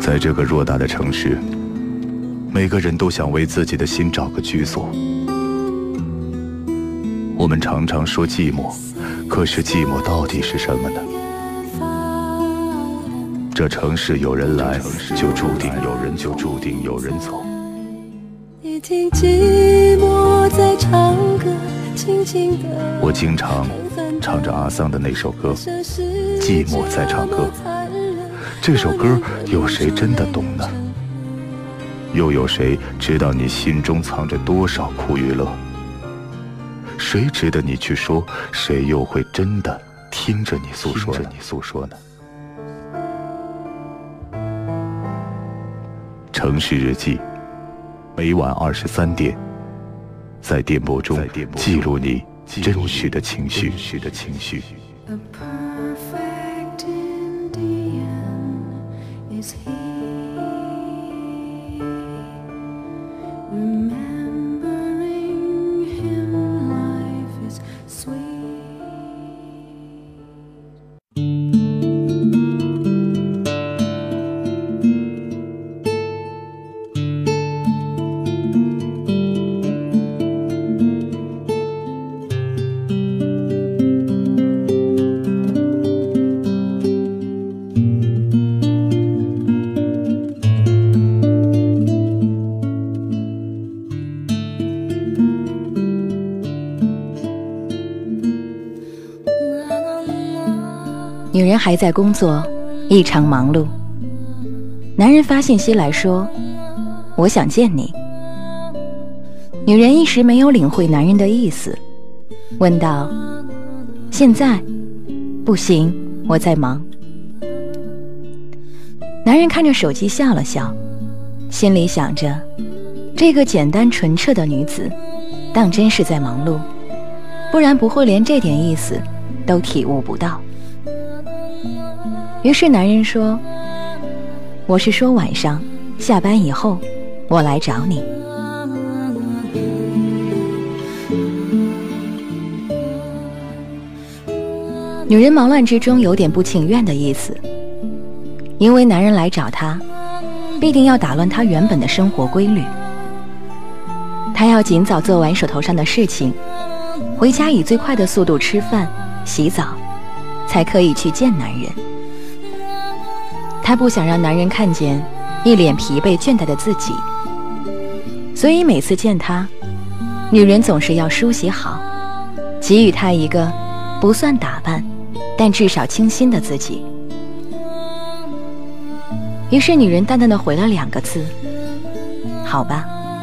在这个偌大的城市，每个人都想为自己的心找个居所。我们常常说寂寞，可是寂寞到底是什么呢？这城市有人来，就注定有人走。 你听寂寞在唱歌，轻轻地。 我经常唱着阿桑的那首歌《寂寞在唱歌》，这首歌有谁真的懂呢？又有谁知道你心中藏着多少苦与乐？谁值得你去说？谁又会真的听着你诉说呢？城市日记，每晚23点，在电波中记录你真实的情绪。 女人还在工作，异常忙碌。男人发信息来说：“我想见你。”女人一时没有领会男人的意思，问道：“现在？不行，我在忙。”男人看着手机笑了笑，心里想着：这个简单纯澈的女子，当真是在忙碌，不然不会连这点意思都体悟不到。于是男人说：“我是说晚上下班以后，我来找你。”女人忙乱之中有点不情愿的意思，因为男人来找她，必定要打乱她原本的生活规律。她要尽早做完手头上的事情，回家以最快的速度吃饭、洗澡，才可以去见男人。她不想让男人看见一脸疲惫倦怠的自己，所以每次见他，女人总是要梳洗好，给予他一个不算打扮，但至少清新的自己。于是女人淡淡地回了2个字：“好吧。”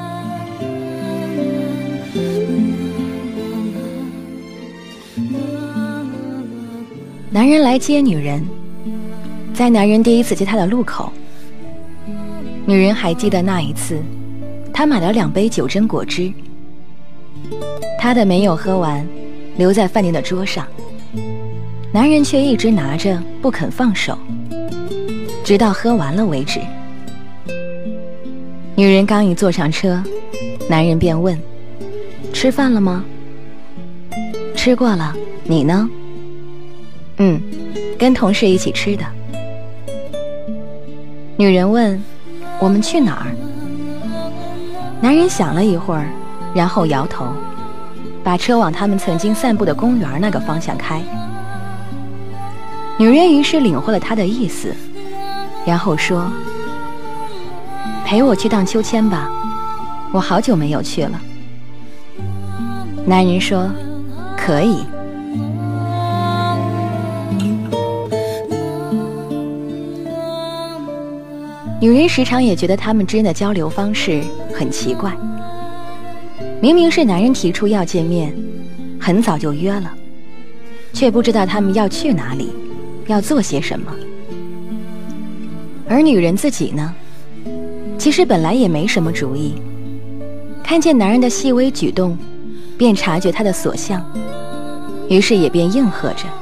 男人来接女人，在男人第一次接她的路口，女人还记得那一次，她买了2杯酒榛果汁，她的没有喝完，留在饭店的桌上，男人却一直拿着不肯放手，直到喝完了为止。女人刚一坐上车，男人便问：“吃饭了吗？”“吃过了，你呢？”“跟同事一起吃的。”女人问：“我们去哪儿？”男人想了一会儿，然后摇头，把车往他们曾经散步的公园那个方向开。女人于是领会了他的意思，然后说：“陪我去荡秋千吧，我好久没有去了。”男人说：“可以。”女人时常也觉得他们之间的交流方式很奇怪，明明是男人提出要见面，很早就约了，却不知道他们要去哪里，要做些什么。而女人自己呢，其实本来也没什么主意，看见男人的细微举动，便察觉他的所向，于是也便应和着。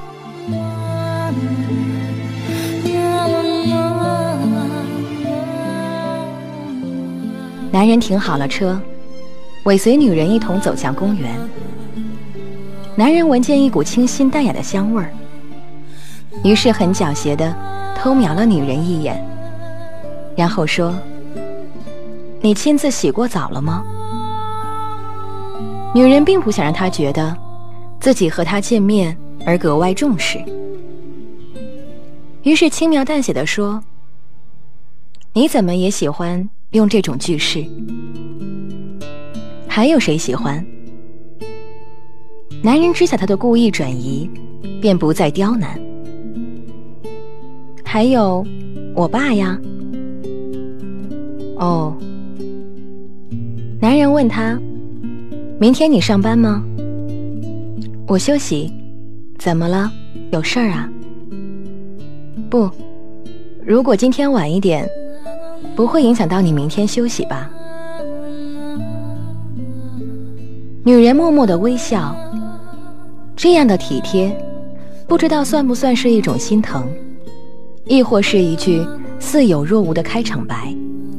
男人停好了车，尾随女人一同走向公园。男人闻见一股清新淡雅的香味儿，于是很狡黠地偷瞄了女人一眼， 然后说：“你亲自洗过澡了吗？”女人并不想让他觉得自己和他见面而格外重视，于是轻描淡写地说：“你怎么也喜欢用这种句式？还有谁喜欢？”男人知晓他的故意转移，便不再刁难。还有我爸呀。哦。男人问他：“明天你上班吗？”我休息。怎么了？有事儿啊？不，如果今天晚一点，不会影响到你明天休息吧？女人默默地微笑，这样的体贴，不知道算不算是一种心疼，亦或是一句似有若无的开场白。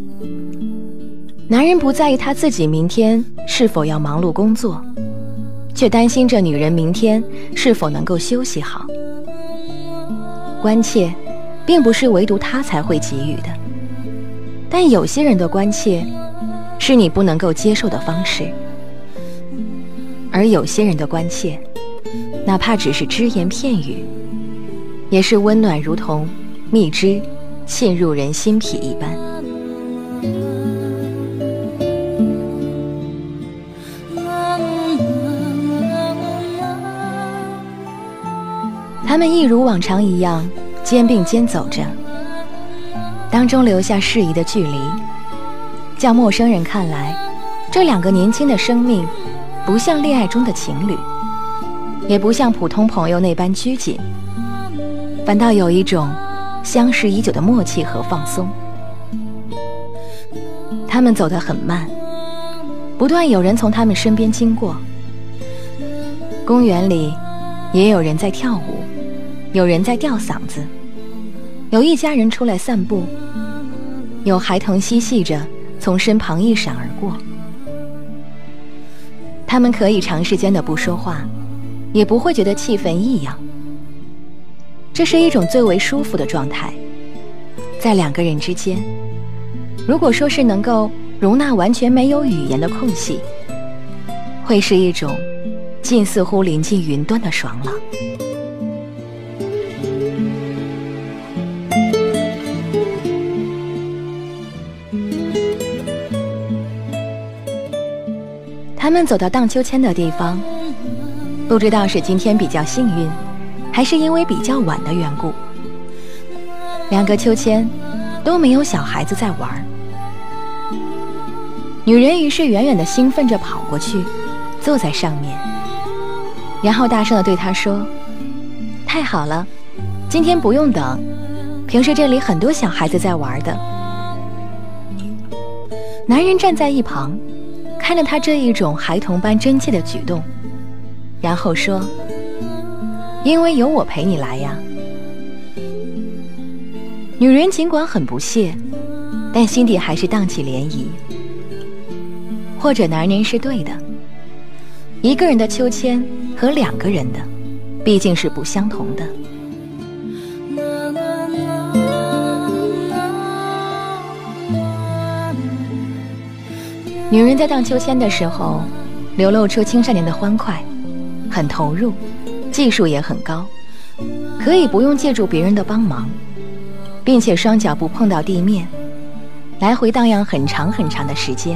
男人不在意他自己明天是否要忙碌工作，却担心着女人明天是否能够休息好。关切并不是唯独他才会给予的，但有些人的关切是你不能够接受的方式，而有些人的关切哪怕只是只言片语，也是温暖如同蜜汁沁入人心脾一般。他们一如往常一样肩并肩走着，当中留下适宜的距离，叫陌生人看来，这两个年轻的生命不像恋爱中的情侣，也不像普通朋友那般拘谨，反倒有一种相识已久的默契和放松。他们走得很慢，不断有人从他们身边经过。公园里也有人在跳舞，有人在吊嗓子，有一家人出来散步，有孩童嬉戏着从身旁一闪而过。他们可以长时间的不说话，也不会觉得气氛异样。这是一种最为舒服的状态，在两个人之间，如果说是能够容纳完全没有语言的空隙，会是一种近似乎临近云端的爽朗。他们走到荡秋千的地方，不知道是今天比较幸运，还是因为比较晚的缘故，两个秋千都没有小孩子在玩。女人于是远远地兴奋着跑过去，坐在上面，然后大声地对他说：“太好了，今天不用等，平时这里很多小孩子在玩的。”男人站在一旁，看着他这一种孩童般真切的举动，然后说：“因为有我陪你来呀。”女人尽管很不屑，但心底还是荡起涟漪。或者男人是对的，一个人的秋千和两个人的毕竟是不相同的。女人在荡秋千的时候流露出青少年的欢快，很投入，技术也很高，可以不用借助别人的帮忙，并且双脚不碰到地面，来回荡漾很长很长的时间。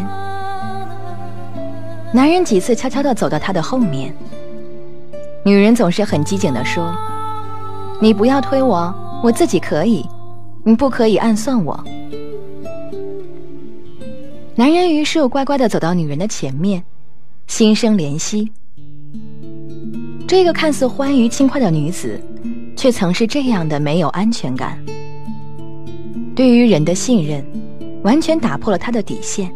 男人几次悄悄地走到她的后面，女人总是很机警地说：“你不要推我，我自己可以，你不可以暗算我。”男人于是又乖乖地走到女人的前面，心生怜惜。这个看似欢愉轻快的女子，却曾是这样的没有安全感，对于人的信任完全打破了她的底线。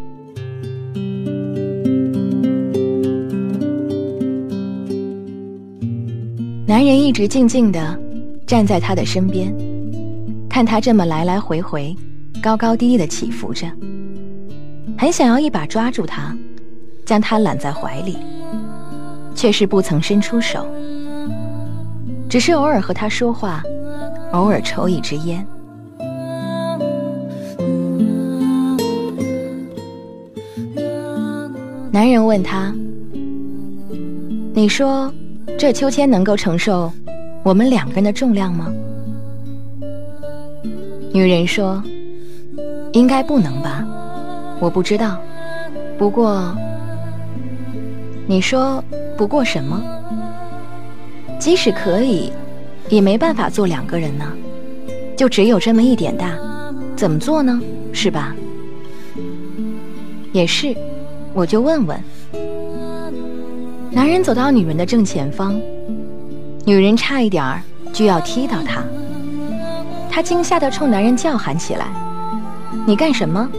男人一直静静地站在她的身边，看她这么来来回回高高低低地起伏着，很想要一把抓住她，将她揽在怀里，却是不曾伸出手，只是偶尔和她说话，偶尔抽一支烟。 男人问他，你说这秋千能够承受我们2个人的重量吗？女人说，应该不能吧，我不知道，不过……你说不过什么？即使可以，也没办法做2个人呢，就只有这么一点大，怎么做呢？是吧？也是，我就问问。男人走到女人的正前方，女人差一点儿就要踢到他，他惊吓地冲男人叫喊起来：“你干什么？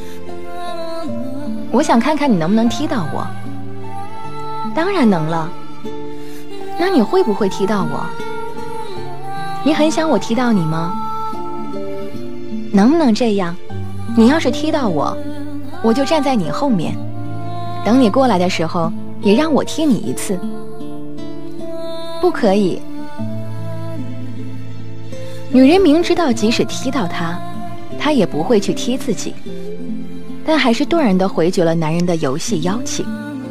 我想看看你能不能踢到我。”当然能了。那你会不会踢到我？你很想我踢到你吗？能不能这样？你要是踢到我，我就站在你后面，等你过来的时候，也让我踢你一次。不可以。女人明知道即使踢到他，他也不会去踢自己，但还是断然地回绝了男人的游戏邀请。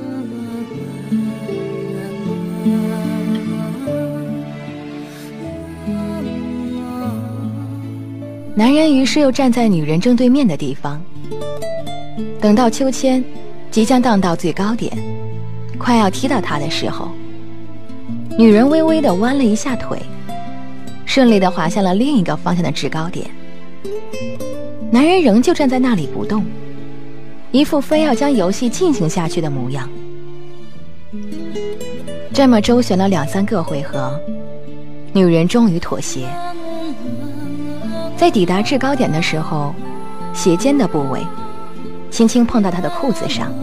男人于是又站在女人正对面的地方，等到秋千即将荡到最高点，快要踢到她的时候，女人微微地弯了一下腿，顺利地滑向了另一个方向的制高点。男人仍旧站在那里不动，一副非要将游戏进行下去的模样。这么周旋了2、3个回合，女人终于妥协。在抵达制高点的时候，鞋尖的部位轻轻碰到他的裤子上。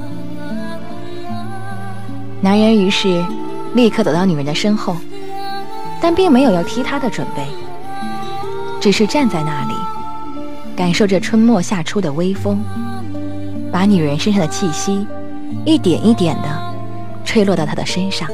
男人于是立刻走到女人的身后，但并没有要踢她的准备，只是站在那里，感受着春末夏初的微风，把女人身上的气息一点一点地吹落到她的身上。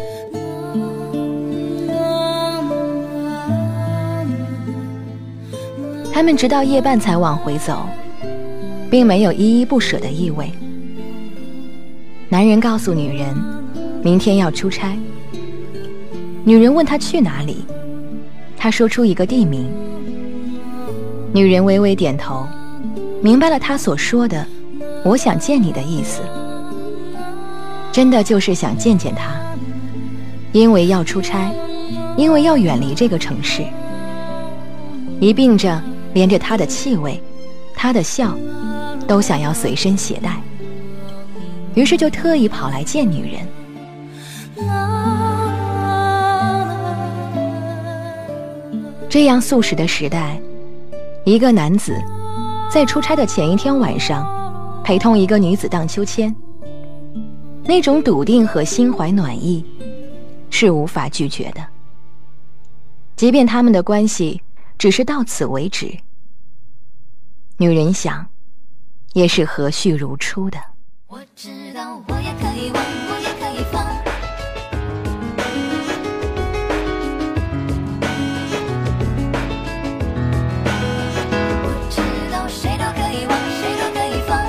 他们直到夜半才往回走，并没有依依不舍的意味。男人告诉女人，明天要出差。女人问他去哪里，他说出一个地名。女人微微点头，明白了他所说的“我想见你”的意思。真的就是想见见他，因为要出差，因为要远离这个城市。一并着连着他的气味，他的笑，都想要随身携带，于是就特意跑来见女人。这样速食的时代，一个男子在出差的前一天晚上陪同一个女子荡秋千，那种笃定和心怀暖意是无法拒绝的，即便他们的关系只是到此为止，女人想也是和煦如初的。 我知道我也可以忘，我也可以放，我知道谁都可以忘，谁都可以放，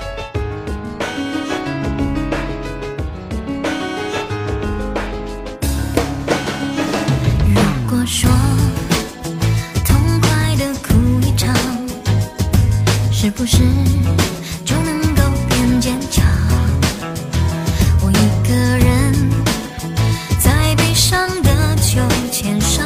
如果说痛快的哭一场，是不是就能够变坚强？我一个人在悲伤的秋千上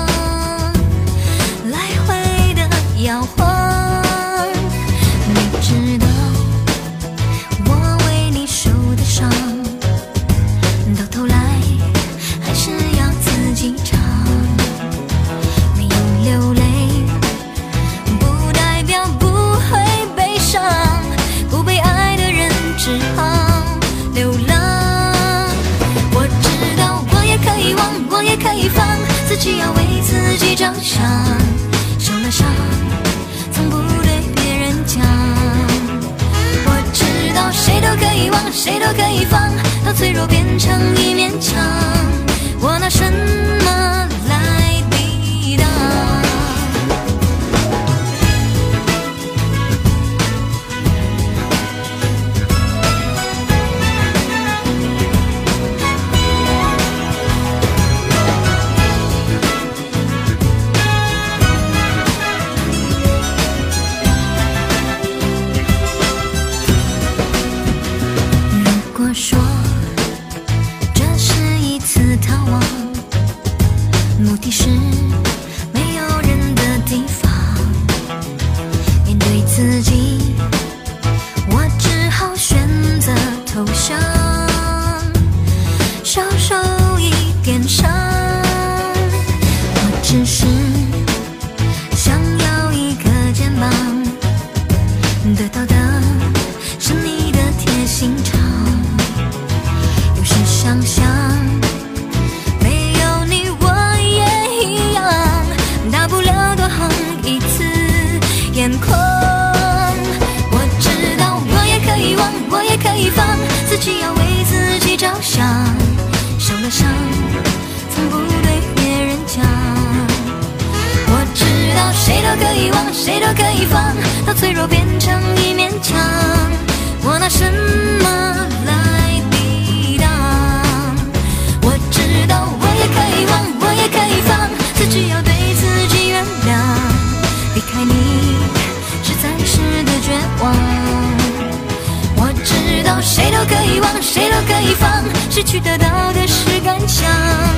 来回的摇晃，你知道我为你受的伤，到头来还是要自己尝。没有流泪不代表不会悲伤，不被爱的人只好流浪。我知道我也可以忘，我也可以放，自己要为自己着想，受了伤从不对别人讲。我知道谁都可以忘，谁都可以放，到脆弱变成一面墙，我拿什么来抵挡？ 己要为自己着想，受了伤从不对别人讲。我知道谁都可以忘，谁都可以放，到脆弱变成一面墙，我拿什么来抵挡？我知道我也可以忘，我也可以放，自己要对自己原谅，离开你是暂时的绝望。我知道谁都可以忘，谁都可以放，失去得到的是感想。